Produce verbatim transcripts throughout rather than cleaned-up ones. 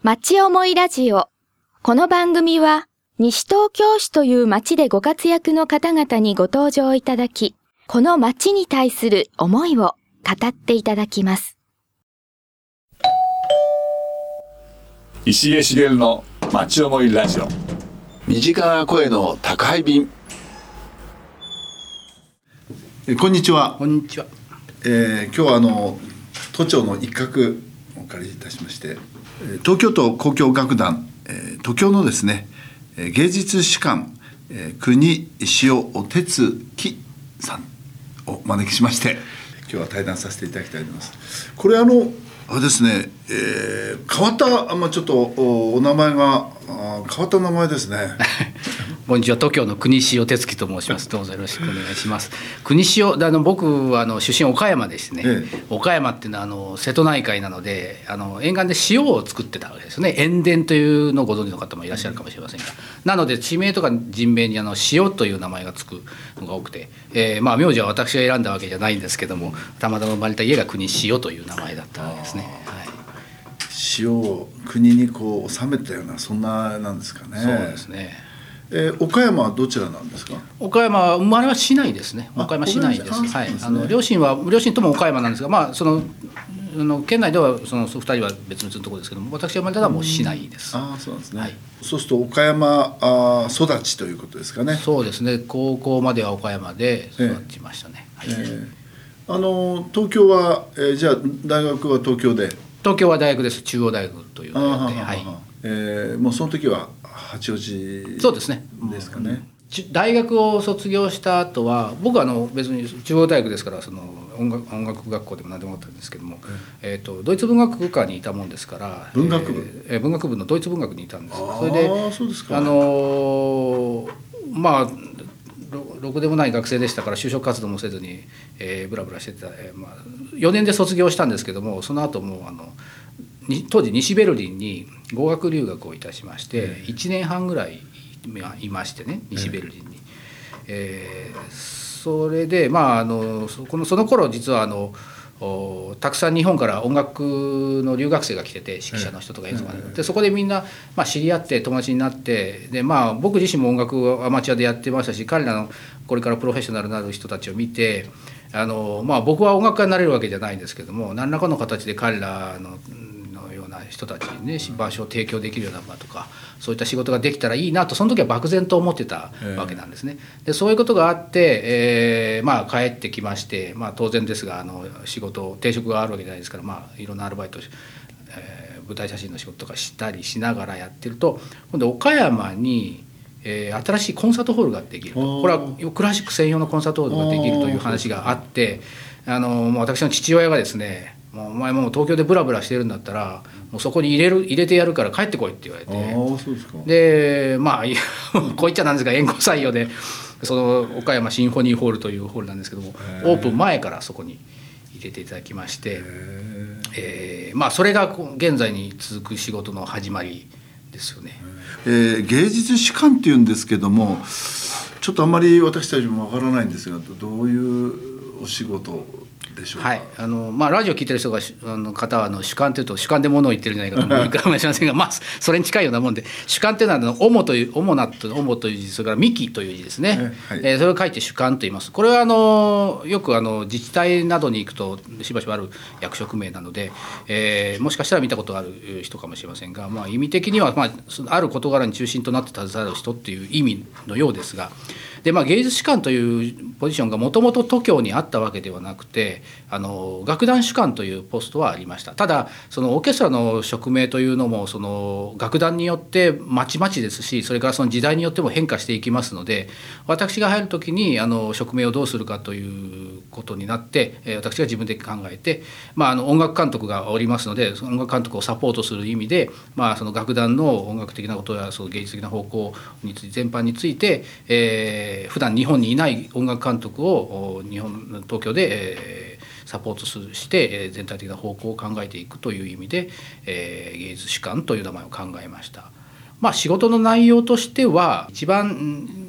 町思いラジオ。この番組は西東京市という町でご活躍の方々にご登場いただき、この町に対する思いを語っていただきます。 石江茂の町思いラジオ。 身近な声の宅配便。 えこんにちは。 こんにちは。 えー、今日はあの都庁の一角をお借りいたしまして、東京都交響楽団、えー、都京のですね芸術士官、えー、国塩哲樹さんをお招きしまして、今日は対談させていただきたいと思います。これあのあれですね、えー、変わったまあちょっと お, お名前があ変わった名前ですね。 こんにちは。東京の国塩哲樹と申します。どうぞよろしくお願いします。国塩であの僕はあの出身岡山ですね、ええ、岡山っていうのはあの瀬戸内海なので、あの沿岸で塩を作ってたわけですよね。塩田というのをご存知の方もいらっしゃるかもしれませんが、なので地名とか人名にあの塩という名前がつくのが多くて、えー、まあ名字は私が選んだわけじゃないんですけども、たまたま生まれた家が国塩という名前だったわけですね。はい、 塩を国にこう収めたようなそんななんですかね。 そうですね。 えー、岡山はどちらなんですか？ 岡山は生まれは市内ですね。岡山市内です。はい。あの両親は両親とも岡山なんですが、まあそのあの県内ではそのふたりは別々のところですけども、私が生まれたのはもう市内です。 ああ、そうなんですね。 はい、 そうすると岡山あ育ちということですかね。 そうですね。高校までは岡山で育ちましたね。 えーはいえー、あの東京は、えー、じゃあ大学は東京で？ 東京は大学です。中央大学というので、はい。 えー、もうその時は八王子そうですね。 ですかね。 大学を卒業した後は僕はあの別に中央大学ですから、その音楽、音楽学校でも何でもあったんですけども、えー、とドイツ文学科にいたもんですから、 文学部、 えー、文学部のドイツ文学にいたんです。それであそうですか。 あのー、まあろくでもない学生でしたから就職活動もせずに、えー、ブラブラしてた、えーまあ、よねんで卒業したんですけども、その後もあの当時西ベルリンに語学留学をいたしまして、いちねんはんぐらいいましてね、西ベルリンに、えー、それでまああのこのその頃実はあのたくさん日本から音楽の留学生が来てて、指揮者の人とか演奏家で、でそこでみんな、まあ、知り合って友達になって、で、まあ、僕自身も音楽をアマチュアでやってましたし、彼らのこれからプロフェッショナルになる人たちを見て、あの、まあ、僕は音楽家になれるわけじゃないんですけども、何らかの形で彼らの人たちにね場所を提供できるような場とか、そういった仕事ができたらいいなと、その時は漠然と思ってたわけなんですね。でそういうことがあって、えー、まあ帰ってきまして、まあ、当然ですがあの仕事定職があるわけじゃないですから、まあ、いろんなアルバイト、えー、舞台写真の仕事とかしたりしながらやってると、今度岡山に、えー、新しいコンサートホールができると、これはクラシック専用のコンサートホールができるという話があって、あの私の父親がですね、もうお前もう東京でブラブラしてるんだったらもうそこに入れる入れてやるから帰ってこいって言われて、 あそうですか。 でまあこう言っちゃなんですが、援護採用でその岡山シンフォニーホールというホールなんですけども、オープン前からそこに入れていただきまして、えー、まあそれが現在に続く仕事の始まりですよね。 えー、芸術士官っていうんですけども、ちょっとあんまり私たちもわからないんですが、どういうお仕事でしょうか。 はい、あのまあ、ラジオ聞いてる人があの方はあの主観というと主観で物を言ってるんじゃないかと思うかもしれませんが、まあ、それに近いようなもんで、主観というのはあの主という主なと主という字、それから幹という字ですね、はい、えー、それを書いて主観と言います。これはあのよくあの自治体などに行くとしばしばある役職名なので、えー、もしかしたら見たことがある人かもしれませんが、まあ、意味的には、まあ、ある事柄に中心となって携わる人っていう意味のようですが、で、まあ、芸術士官というポジションがもともと都庁にあったわけではなくて、あの楽団主官というポストはありました。ただそのオーケストラの職名というのもその楽団によってまちまちですし、それからその時代によっても変化していきますので、私が入る時にあの職名をどうするかということになって、私が自分で考えて、まあ、あの音楽監督がおりますので、その音楽監督をサポートする意味で、まあ、その楽団の音楽的なことやその芸術的な方向について全般について、えー、普段日本にいない音楽監督を日本東京で、えーサポートして全体的な方向を考えていくという意味で、えー、芸術士官という名前を考えました。まあ、仕事の内容としては一番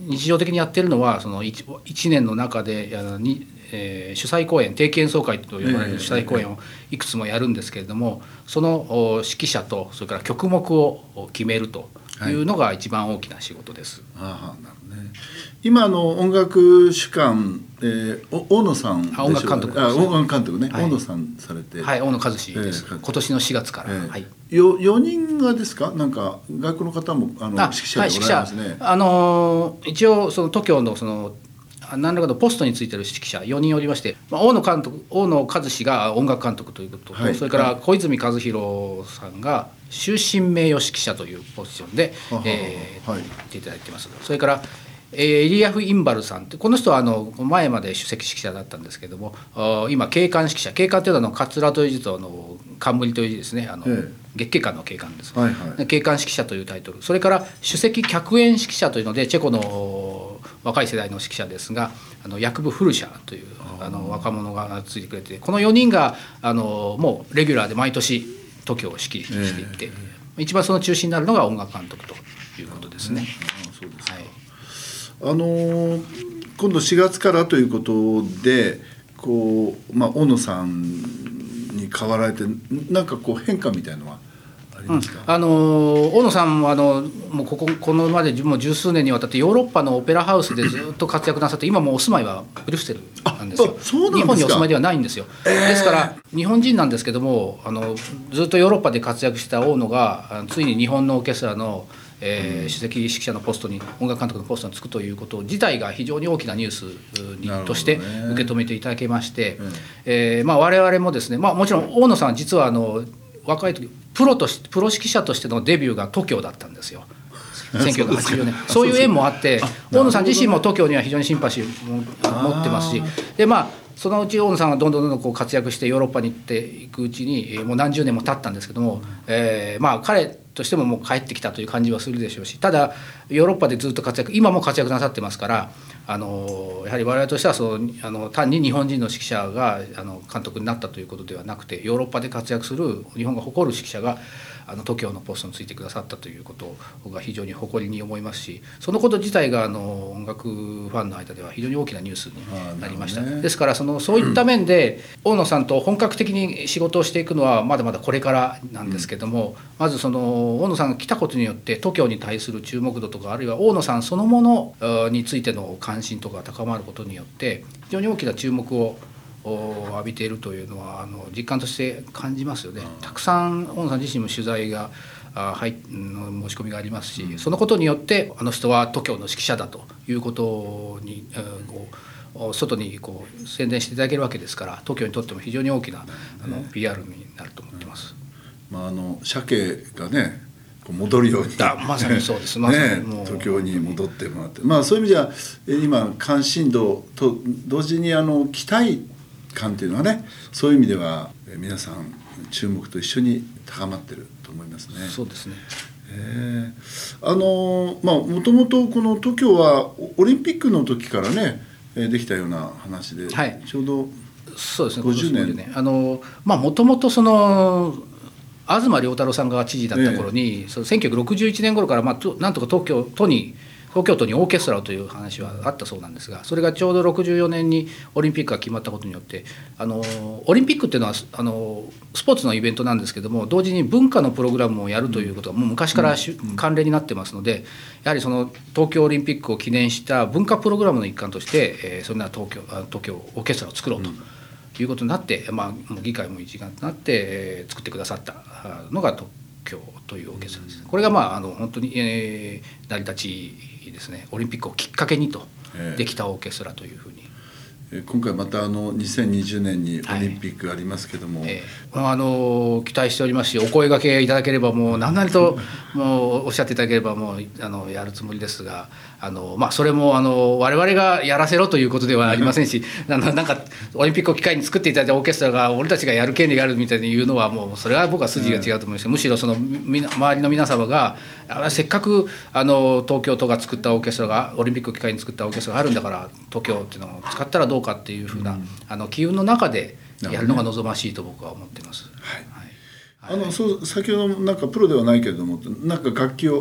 日常的にやってるのはその 1, 1年の中であのに、えー、主催公演定期演奏会と呼ばれる主催公演をいくつもやるんですけれども、その指揮者とそれから曲目を決めるというのが一番大きな仕事です。 はい、ああなるほどね。今の音楽主幹、えー、大野さんでしょうか。 あ音楽監督ですね。 あ音楽監督ね、 はい、 大野さんされて、 はい、大野和志です、えー、今年のしがつから、えーはい、 よよにんがですか。なんか外国の方もあのあ指揮者がおられますね。はい、 あのー、一応その東京のその何らかのポストについている指揮者よにんおりまして、まあ、大野監督大野和志が音楽監督ということと、はい、それから小泉和弘さんが終身名誉指揮者というポジションで、ははえーはい、やっていただいています。それからえー、イリアフ・インバルさんってこの人はあの前まで首席指揮者だったんですけども、今景観指揮者、景観というのは桂という字とあの冠という字ですね、あの、ええ、月桂冠の景観です、はいはい、景観指揮者というタイトル、それから首席客演指揮者というのでチェコの若い世代の指揮者ですが、あのヤクブ・フルシャーというあの若者がついてくれて、このよにんがあのもうレギュラーで毎年東京を指揮していって、ええ、一番その中心になるのが音楽監督ということですね。 そうですか。はい、あのー、今度しがつからということでこう、まあ、大野さんに代わられてなんかこう変化みたいなのはありますか。 うん、あのー、大野さんはあのもうこここのまでもう十数年にわたってヨーロッパのオペラハウスでずっと活躍なさって、今もうお住まいはブリュッセルなんですよ。 そうなんですか。 日本にお住まいではないんですよ。えー、ですから日本人なんですけども、あのずっとヨーロッパで活躍した大野がついに日本のオーケストラのえー、首席指揮者のポストに音楽監督のポストに就くということ自体が非常に大きなニュースにとして受け止めていただけまして、うんえーまあ、我々もですね、まあ、もちろん大野さんは実はあの若い時プロとしプロ指揮者としてのデビューが東京だったんですよ。せんきゅうひゃくはちじゅうよねんそういう縁もあって大野さん自身も東京には非常にシンパシーを持ってますし、でまあそのうち大野さんがどんどんどんどんこう活躍してヨーロッパに行っていくうちにもう何十年も経ったんですけども、えー、まあ彼としてももう帰ってきたという感じはするでしょうし、ただヨーロッパでずっと活躍今も活躍なさってますから、あのやはり我々としてはそのあの単に日本人の指揮者があの監督になったということではなくて、ヨーロッパで活躍する日本が誇る指揮者があの東京のポストについてくださったということが非常に誇りに思いますし、そのこと自体があの音楽ファンの間では非常に大きなニュースになりました。ね、ですからそのそういった面で大野さんと本格的に仕事をしていくのはまだまだこれからなんですけども、うん、まずその大野さんが来たことによって東京に対する注目度とか、あるいは大野さんそのものについての関心とかが高まることによって非常に大きな注目を浴びているというのはあの実感として感じますよね。たくさん大野さん自身も取材が入の申し込みがありますし、そのことによってあの人は東京の指揮者だということにこう外にこう宣伝していただけるわけですから、東京にとっても非常に大きなあの ピーアール になると思ってます。 うんまあ、あの鮭がね戻るようにまさにそうです、まさにもうね、東京に戻ってもらって、まあ、そういう意味じゃ今関心度と同時にあの期待感というのはね、そういう意味では皆さん注目と一緒に高まってると思いますね。 そうですね。 えー、あのまあもともとこの東京はオリンピックの時からねできたような話で、はい、ちょうどそうですね、ごじゅうねんね、あのまあもともとその東良太郎さんが知事だった頃に、えー、そのせんきゅうひゃくろくじゅういちねん頃から、まあ、なんとか東京都に東京都にオーケストラという話はあったそうなんですが、それがちょうどろくじゅうよねんにオリンピックが決まったことによって、あのオリンピックっていうのはあのスポーツのイベントなんですけども、同時に文化のプログラムをやるということがもう昔から慣例になってますので、やはりその東京オリンピックを記念した文化プログラムの一環として、えー、そんな東京東京オーケストラを作ろうということになって、まあ、議会も一丸となって、えー、作ってくださったのが東京というオーケストラです。これがまああの本当に、えー、成り立ちですね、オリンピックをきっかけにとできたオーケストラというふうに、 えー、今回またあのにせんにじゅうねんにオリンピックありますけども、はい、 えー、あの期待しておりますし、お声掛けいただければもう何なりともうおっしゃっていただければもうあのやるつもりですが、あの、まあ、それもあの我々がやらせろということではありませんしあのなんかオリンピックを機会に作っていただいたオーケストラが俺たちがやる権利があるみたいに言うのはもうそれは僕は筋が違うと思います。むしろその周りの皆様がせっかくあの東京都が作ったオーケストラがオリンピックを機会に作ったオーケストラがあるんだから東京っていうのを使ったらどうかっていうふうな、うん、あの機運の中でやるのが望ましいと僕は思っています。 はいはい、あのそう先ほどなんかプロではないけれどもなんか楽器を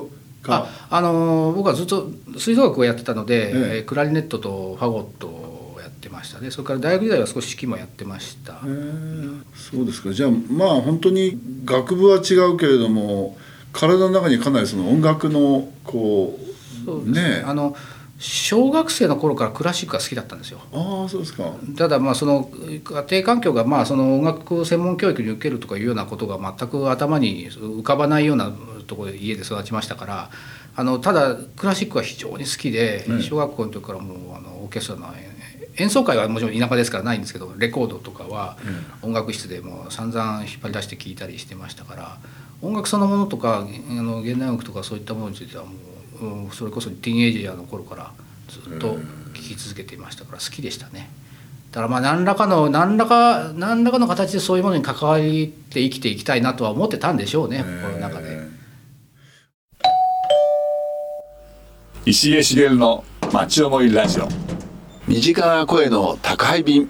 あ、あのー僕はずっと吹奏楽をやってたので、 えええークラリネットとファゴットをやってましたね。それから大学時代は少し指揮もやってました。 へーそうですか。じゃあまあ本当に学部は違うけれども体の中にかなりその音楽のこうそうですねねあの小学生の頃からクラシックが好きだったんですよ。 ああそうですか。 ただまあその家庭環境がまあその音楽専門教育に受けるとかいうようなことが全く頭に浮かばないようなところで家で育ちましたから、あのただクラシックは非常に好きで、 うん小学校の時からもうあのオーケストラの演奏会はもちろん田舎ですからないんですけど、レコードとかは音楽室でもう散々引っ張り出して聴いたりしてましたから、音楽そのものとかあの現代音楽とかそういったものについてはもう、うん、それこそティーンエイジャーの頃からずっと聴き続けていましたから好きでしたね。だからまあ何らかの何らか何らかの形でそういうものに関わって生きていきたいなとは思ってたんでしょうね、心の中で。 石毛茂の町思いラジオ。 身近な声の宅配便。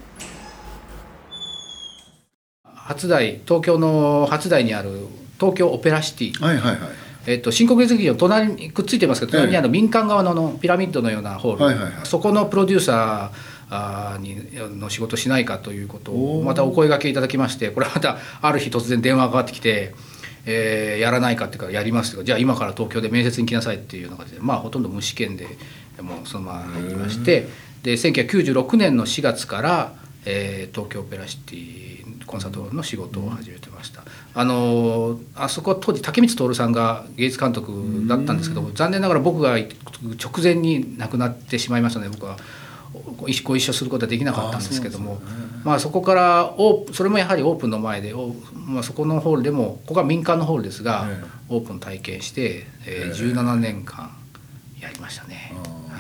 初台東京の初台にある東京オペラシティ、 はいはいはい。 えっと、新国立劇場の隣にくっついてますけど、隣にある民間側のあのピラミッドのようなホール、 はいはいはい、 そこのプロデューサーにの仕事しないかということをまたお声掛けいただきまして、これはまたある日突然電話がかかってきて、えー、やらないかっていうからやりますとか、じゃあ今から東京で面接に来なさいっていうのが、まあほとんど無試験でもうそのまま入りまして、でせんきゅうひゃくきゅうじゅうろくねんのしがつから、えー、東京オペラシティコンサートホールの仕事を始めてました。あのあそこは当時竹光徹さんが芸術監督だったんですけど、残念ながら僕が直前に亡くなってしまいましたので、僕はご一緒することはできなかったんですけども、あ、まあ、そこからオープそれもやはりオープンの前で、まあ、そこのホールでもここは民間のホールですが、オープン体験して、えー、じゅうななねんかんやりましたね。はい、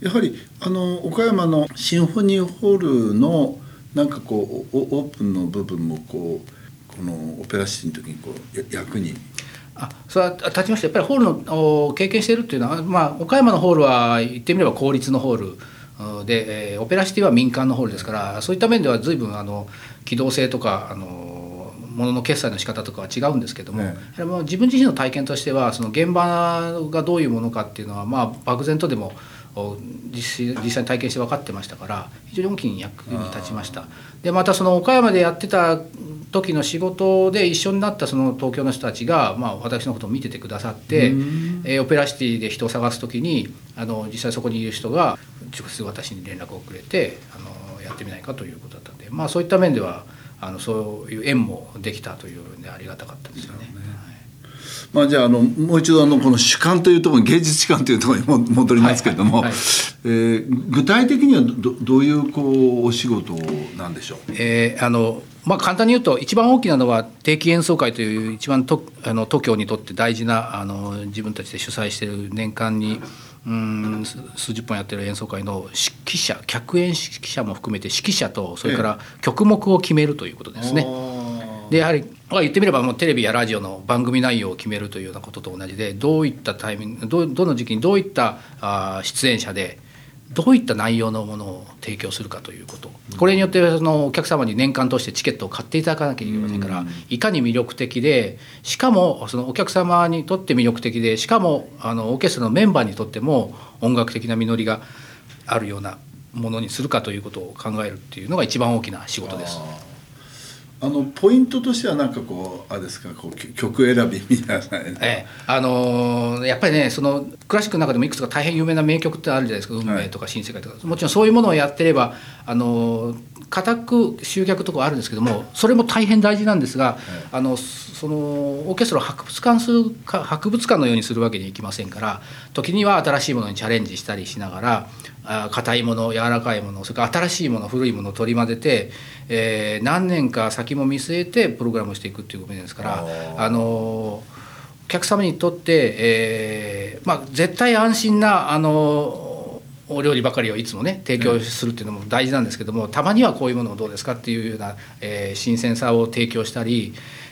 やはりあの岡山のシンフォニーホールのなんかこうオープンの部分もこうこのオペラシティの時にこう役に。 あ、それは立ちました。やっぱりホールの経験しているっていうのは、まあ、岡山のホールは言ってみれば公立のホールで、えー、オペラシティは民間のホールですから、そういった面では随分あの機動性とかあのものの決済の仕方とかは違うんですけども、ね、自分自身の体験としてはその現場がどういうものかっていうのは、まあ、漠然とでも実際、実際に体験して分かってましたから、非常に大きに役に立ちました。でまたその岡山でやってた時の仕事で一緒になったその東京の人たちが、まあ、私のことを見ててくださって、えー、オペラシティで人を探す時にあの実際そこにいる人が直接私に連絡をくれてあのやってみないかということだったので、まあ、そういった面ではあのそういう縁もできたというのでありがたかったですよね。 まあ、じゃあ、あのもう一度あのこの主観というところに芸術主観というところにも戻りますけれども、はいはいはい、えー、具体的には ど, どういうこうお仕事なんでしょう。 えーあのまあ、簡単に言うと一番大きなのは定期演奏会という一番とあの都協にとって大事なあの自分たちで主催している年間にうん数十本やってる演奏会の指揮者客演指揮者も含めて指揮者とそれから曲目を決めるということですね。でやはり言ってみればもうテレビやラジオの番組内容を決めるというようなことと同じで、どういったタイミング ど, どの時期にどういったあ出演者でどういった内容のものを提供するかということ、これによってそのお客様に年間通してチケットを買っていただかなきゃいけませんから、いかに魅力的でしかもそのお客様にとって魅力的でしかもあのオーケストラのメンバーにとっても音楽的な実りがあるようなものにするかということを考えるっていうのが一番大きな仕事です。 あのポイントとしては何かこうあれですか、こう曲選びみたいな、 ええ、あのー、やっぱりねそのクラシックの中でもいくつか大変有名な名曲ってあるじゃないですか、運命とか新世界とか、はい、もちろんそういうものをやってればあの固く集客とかあるんですけども、それも大変大事なんですが、はい、あのそのオーケストラを博物館するか博物館のようにするわけにいきませんから、時には新しいものにチャレンジしたりしながら、硬いもの柔らかいものそれから新しいもの古いものを取り混ぜて、えー、何年か先も見据えてプログラムしていくっていうことですから、あのお客様にとって、えーまあ、絶対安心なあのお料理ばかりをいつもね提供するっていうのも大事なんですけども、たまにはこういうものをどうですかっていうような、えー、新鮮さを提供したり、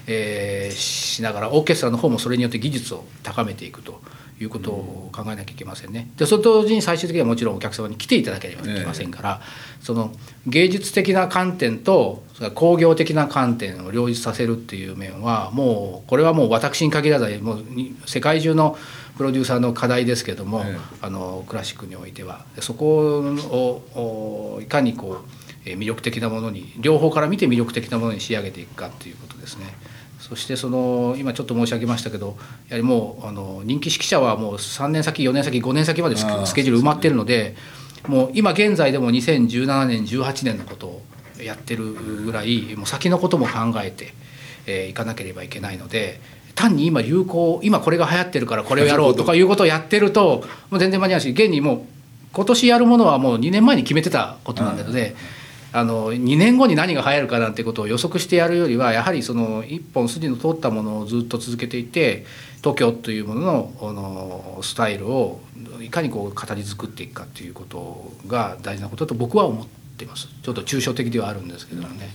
えー、しながらオーケストラの方もそれによって技術を高めていくということを考えなきゃいけませんね。でそれと同時に最終的にはもちろんお客様に来ていただければいけませんから、えー、その芸術的な観点と工業的な観点を両立させるっていう面はもうこれはもう私に限らずもう世界中のプロデューサーの課題ですけども、えー、あのクラシックにおいてはそこをいかにこう魅力的なものに両方から見て魅力的なものに仕上げていくかっていうことですね。そしてその今ちょっと申し上げましたけどやはりもうあの人気指揮者はもうさんねん先よねん先ごねん先までスケジュール埋まってるのでもう今現在でもにせんじゅうななねんじゅうはちねんのことをやってるぐらいもう先のことも考えてい、えー、かなければいけないので単に今流行今これが流行ってるからこれをやろうとかいうことをやってるともう全然間に合うし現にもう今年やるものはもうにねんまえに決めてたことなので。あのにねんごに何が流行るかなんてことを予測してやるよりはやはりその一本筋の通ったものをずっと続けていて東京というもの の, あのスタイルをいかにこう形作っていくかということが大事なことだと僕は思っています。ちょっと抽象的ではあるんですけどもね。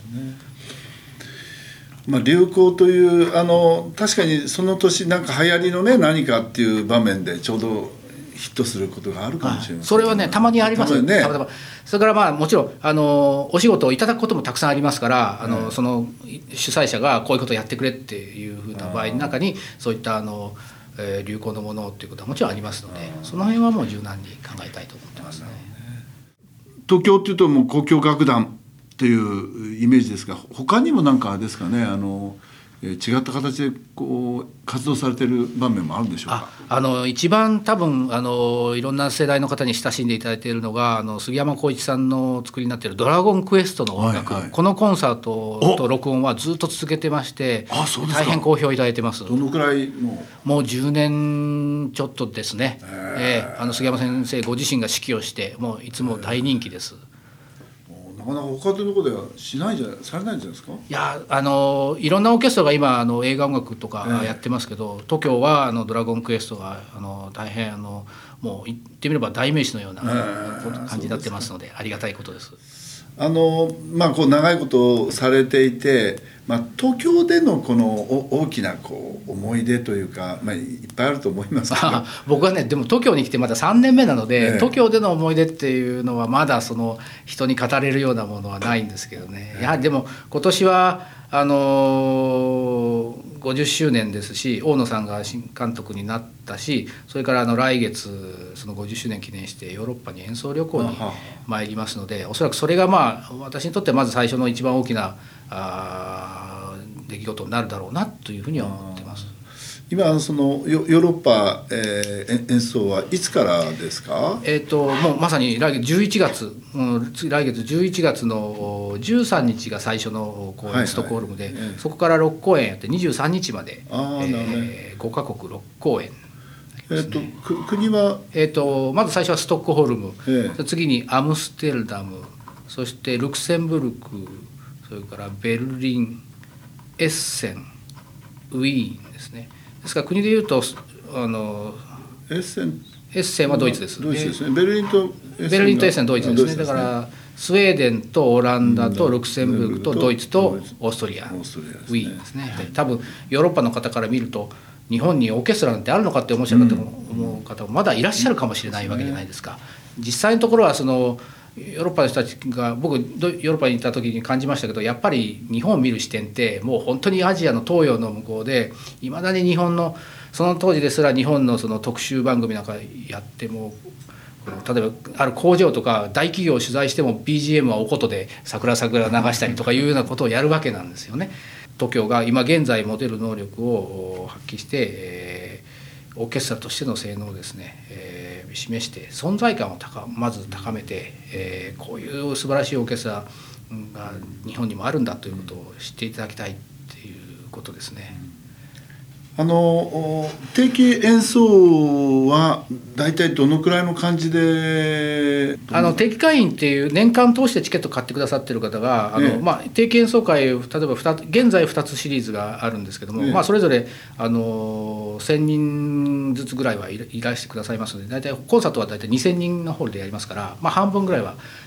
まあ、流行というあの確かにその年なんか流行りのね何かっていう場面でちょうどヒットすることがあるかもしれません、ね、 それはねたまにありますよね。たまたまそれからまあもちろんあのお仕事をいただくこともたくさんありますからあの、うん、その主催者がこういうことをやってくれっていうふうな場合の中にそういったあの、えー、流行のものっていうことはもちろんありますのでその辺はもう柔軟に考えたいと思ってますね。 東京っていうともう交響楽団っていうイメージですが他にもなんかですかねあの違った形でこう活動されている場面もあるんでしょうか。 ああの一番多分あのいろんな世代の方に親しんでいただいているのがあの杉山浩一さんの作りになっているドラゴンクエストの音楽、はいはい、このコンサートと録音はずっと続けてまして大変好評いただいてます。 どのくらいのもうじゅうねんちょっとですね、えー、あの杉山先生ご自身が指揮をしてもういつも大人気です。 なかなか他のところではしないじゃされないんじゃないですか。 いやあのいろんなオーケストラが今あの映画音楽とかやってますけど、えー、東京はあのドラゴンクエストがあの大変あのもう言ってみれば代名詞のような感じになってますので、えー、ありがたいことです。 あのまあ、こう長いことをされていて、まあ、東京でのこの大きなこう思い出というか、まあ、いっぱいあると思いますけど僕はねでも東京に来てまださんねんめなので、ええ、東京での思い出っていうのはまだその人に語れるようなものはないんですけどね。やはりでも今年はあのー、ごじゅっしゅうねんですし大野さんが新監督になったしそれからあの来月そのごじゅっしゅうねん記念してヨーロッパに演奏旅行に参りますのでおそらくそれがまあ私にとってまず最初の一番大きなあ出来事になるだろうなというふうには思ってます。 今そのヨーロッパ、えー、演奏はいつからですか。 えー、ともうまさに来月じゅういちがつ、うん、来月じゅういちがつのじゅうさんにちが最初の公演、はいはい、ストックホルムで、えー、そこからろっこうえんやってにじゅうさんにちまで、えー、ごかこくろっこうえん、ねえー、と国は、 えー、とまず最初はストックホルム、 えー、 次にアムステルダムそしてルクセンブルクそれからベルリンエッセンウィーンですね。ですから国でいうとあのエッセンエッセンはドイツです、 ドイツですね。ベルリンとエッセンベルリンとエッセンドイツですね。だからスウェーデンとオランダとルクセンブルクとドイツとオーストリア、ウィーンですね。多分ヨーロッパの方から見ると日本にオーケストラなんてあるのかって面白いかと思う方もまだいらっしゃるかもしれないわけじゃないですか。実際のところはそのヨーロッパの人たちが僕ヨーロッパに行った時に感じましたけどやっぱり日本を見る視点ってもう本当にアジアの東洋の向こうでいまだに日本のその当時ですら日本のその特集番組なんかやっても例えばある工場とか大企業を取材しても ビージーエム はおことで桜桜流したりとかいうようなことをやるわけなんですよね。東京が今現在持てる能力を発揮して、えー、オーケストラとしての性能をですね、えー示して存在感を高まず高めて、えー、こういう素晴らしいオーケストラが日本にもあるんだということを知っていただきたいっていうことですね。 あの定期演奏は大体どのくらいの感じであの定期会員っていう年間通してチケット買ってくださってる方があの、ええまあ、定期演奏会例えばふたつ現在ふたつシリーズがあるんですけども、ええまあ、それぞれあのせんにんずつぐらいはいらしてくださいますので大体コンサートは大体にせんにんのホールでやりますから、まあ、半分ぐらいは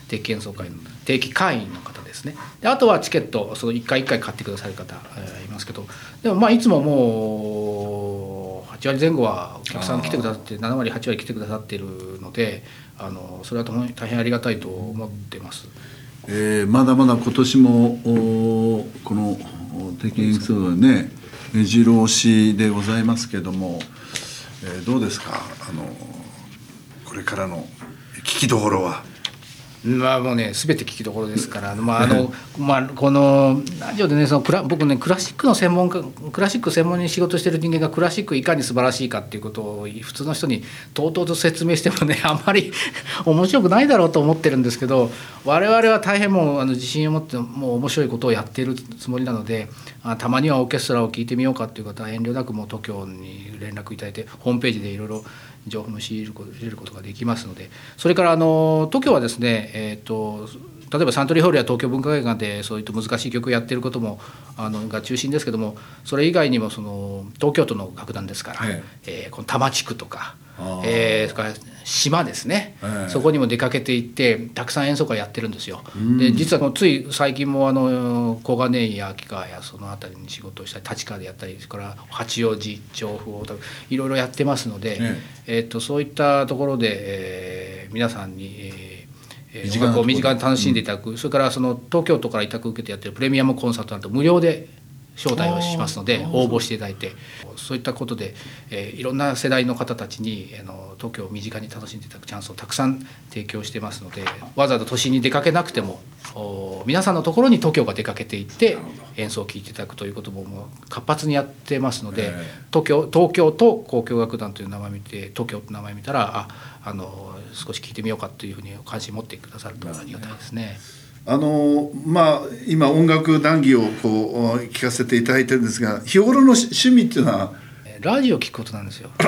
定期演奏会の定期会員の方ですね。であとはチケットそのいっかいいっかい買ってくださる方、えー、いますけど、でもまあいつももうはちわりぜん後はお客さん来てくださってななわりはちわり来てくださっているので、あのそれは大変ありがたいと思ってます。 えー、まだまだ今年もこの定期演奏会ね目白押しでございますけども、えー、どうですか、あのこれからの聞きどころは。 まあもうね全て聞きどころですから、まああのまあこのラジオでねそのクラ僕ねクラシックの専門家クラシック専門に仕事してる人間がクラシックいかに素晴らしいかっていうことを普通の人にとうとうと説明してもねあんまり面白くないだろうと思ってるんですけど、我々は大変もうあの自信を持ってもう面白いことをやっているつもりなので、あたまにはオーケストラを聴いてみようかっていう方は遠慮なくもう東京に連絡いただいてホームページでいろいろ情報も仕入れることができますので、それからあの東京はですね、えー、と例えばサントリーホールや東京文化会館でそういった難しい曲をやっていることもあのが中心ですけども、それ以外にもその東京都の楽団ですから、はい、えー、この多摩地区とか、えー、それから島ですね、はい、そこにも出かけていってたくさん演奏会やってるんですよ。で実はこのつい最近もあの小金井や秋川やその辺りに仕事をしたり立川でやったり、それから八王子調布をいろいろやってますので、ねえー、とそういったところで、えー、皆さんに、えー、音楽を身近に楽しんでいただく、うん、それからその東京都から委託を受けてやってるプレミアムコンサートなんて無料で招待をしますので応募していただいて、そういったことで、えー、いろんな世代の方たちにあの東京を身近に楽しんでいただくチャンスをたくさん提供してますので、わざわざ都心に出かけなくても皆さんのところに東京が出かけていって演奏を聴いていただくということももう活発にやってますので、東京、東京都交響楽団という名前を見て東京という名前を見たらああの少し聴いてみようかというふうに関心を持ってくださるとありがたいですね。 あのまあ、今音楽談義をこう聞かせていただいてるんですが、日頃の趣味っていうのはラジオ聞くことなんですよ。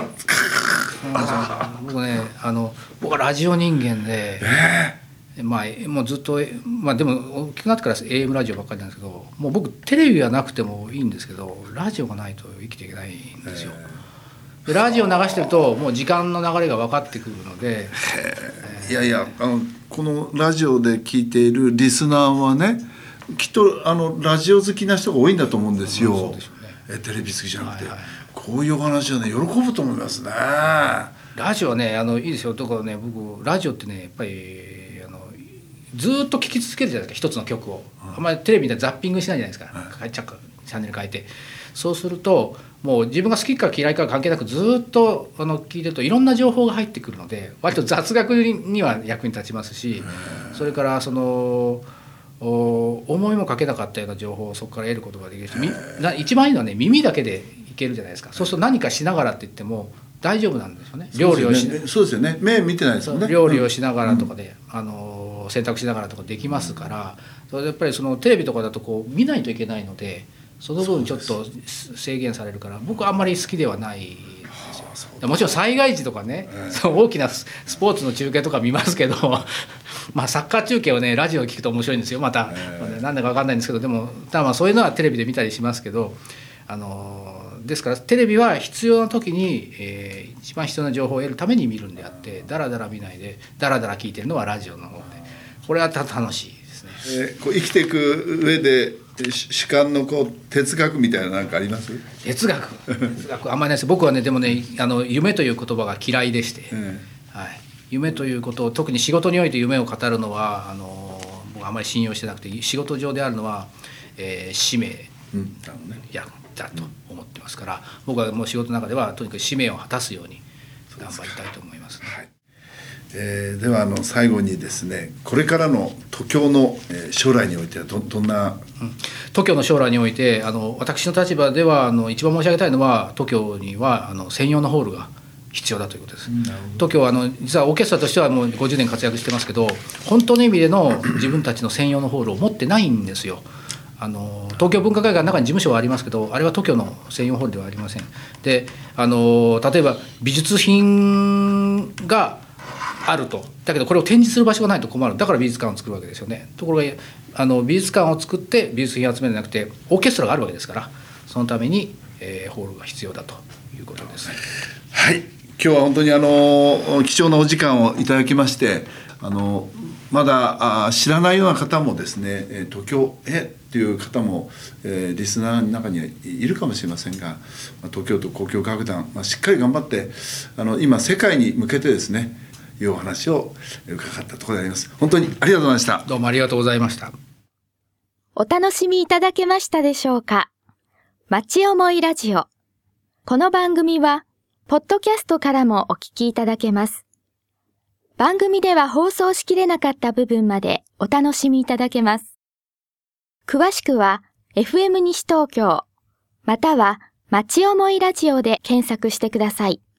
僕ねあの僕はラジオ人間で、えーまあ、もうずっと、まあ、でも大きくなってから エーエム ラジオばっかりなんですけど、もう僕テレビがなくてもいいんですけどラジオがないと生きていけないんですよ。でラジオ流してるともう時間の流れが分かってくるので、 えー、いやいやあのこのラジオで聞いているリスナーはねきっとあのラジオ好きな人が多いんだと思うんですよ。そうでしょうね、えテレビ好きじゃなくて、はいはい、こういうお話はね喜ぶと思いますね。 ラジオはねあのいいですよ。だからね僕ラジオってねやっぱりあのずっと聴き続けるじゃないですか、一つの曲を、うん、あんまりテレビでザッピングしないじゃないですか、はい、チャンネル変えて。そうするともう自分が好きか嫌いか関係なくずっとあの聞いてるといろんな情報が入ってくるので割と雑学には役に立ちますし、それからその思いもかけなかったような情報をそこから得ることができるし、一番いいのはね耳だけでいけるじゃないですか。そうすると何かしながらって言っても大丈夫なんですよね。料理をしそうですよね、目見てないですもんね。 料理をしながらとかで、うん、あの洗濯しながらとかできますから、それでやっぱりそのテレビとかだとこう見ないといけないのでその分ちょっと制限されるから僕はあんまり好きではないですよ。もちろん災害時とかね、えー、その大きなスポーツの中継とか見ますけどまあサッカー中継をねラジオで聞くと面白いんですよまた、えー、なんだか分かんないんですけど、でもただまあそういうのはテレビで見たりしますけど、あのですからテレビは必要な時に、えー、一番必要な情報を得るために見るんであってだらだら見ないでだらだら聞いてるのはラジオの方で、これは楽しいですね。 えー、こう生きていく上で主観のこう哲学みたいな何かあります？ 哲学哲学あんまりないです。僕はねでもねあの夢という言葉が嫌いでして、うんはい、夢ということを特に仕事において夢を語るのはあの僕はあまり信用してなくて、仕事上であるのは、えー、使命、うんやだと思ってますから、僕はもう仕事の中ではとにかく使命を果たすように頑張りたいと思いますね。はい、 えー、ではあの最後にですね、これからの東京の将来においては ど, どんな、 うん、東京の将来においてあの私の立場ではあの一番申し上げたいのは東京にはあの専用のホールが必要だということです。東京はあの実はオーケストラとしてはもうごじゅうねん活躍してますけど、本当の意味での自分たちの専用のホールを持ってないんですよ。あの東京文化会館の中に事務所はありますけど、あれは東京の専用ホールではありません。であの例えば美術品があると、だけどこれを展示する場所がないと困る、だから美術館を作るわけですよね。ところがあの美術館を作って美術品を集めるんじゃなくてオーケストラがあるわけですから、そのために、 えー、ホールが必要だということです。 はい、今日は本当にあの貴重なお時間をいただきまして、あのまだあ知らないような方もですね、え東京へっていう方も、えー、リスナーの中にはいるかもしれませんが、まあ、東京都交響楽団、まあ、しっかり頑張ってあの今世界に向けてですねいうお話を伺ったところであります。本当にありがとうございました。 どうもありがとうございました。 お楽しみいただけましたでしょうか。町思いラジオ。この番組はポッドキャストからもお聞きいただけます。番組では放送しきれなかった部分までお楽しみいただけます。詳しくは エフエム 西東京または町思いラジオで検索してください。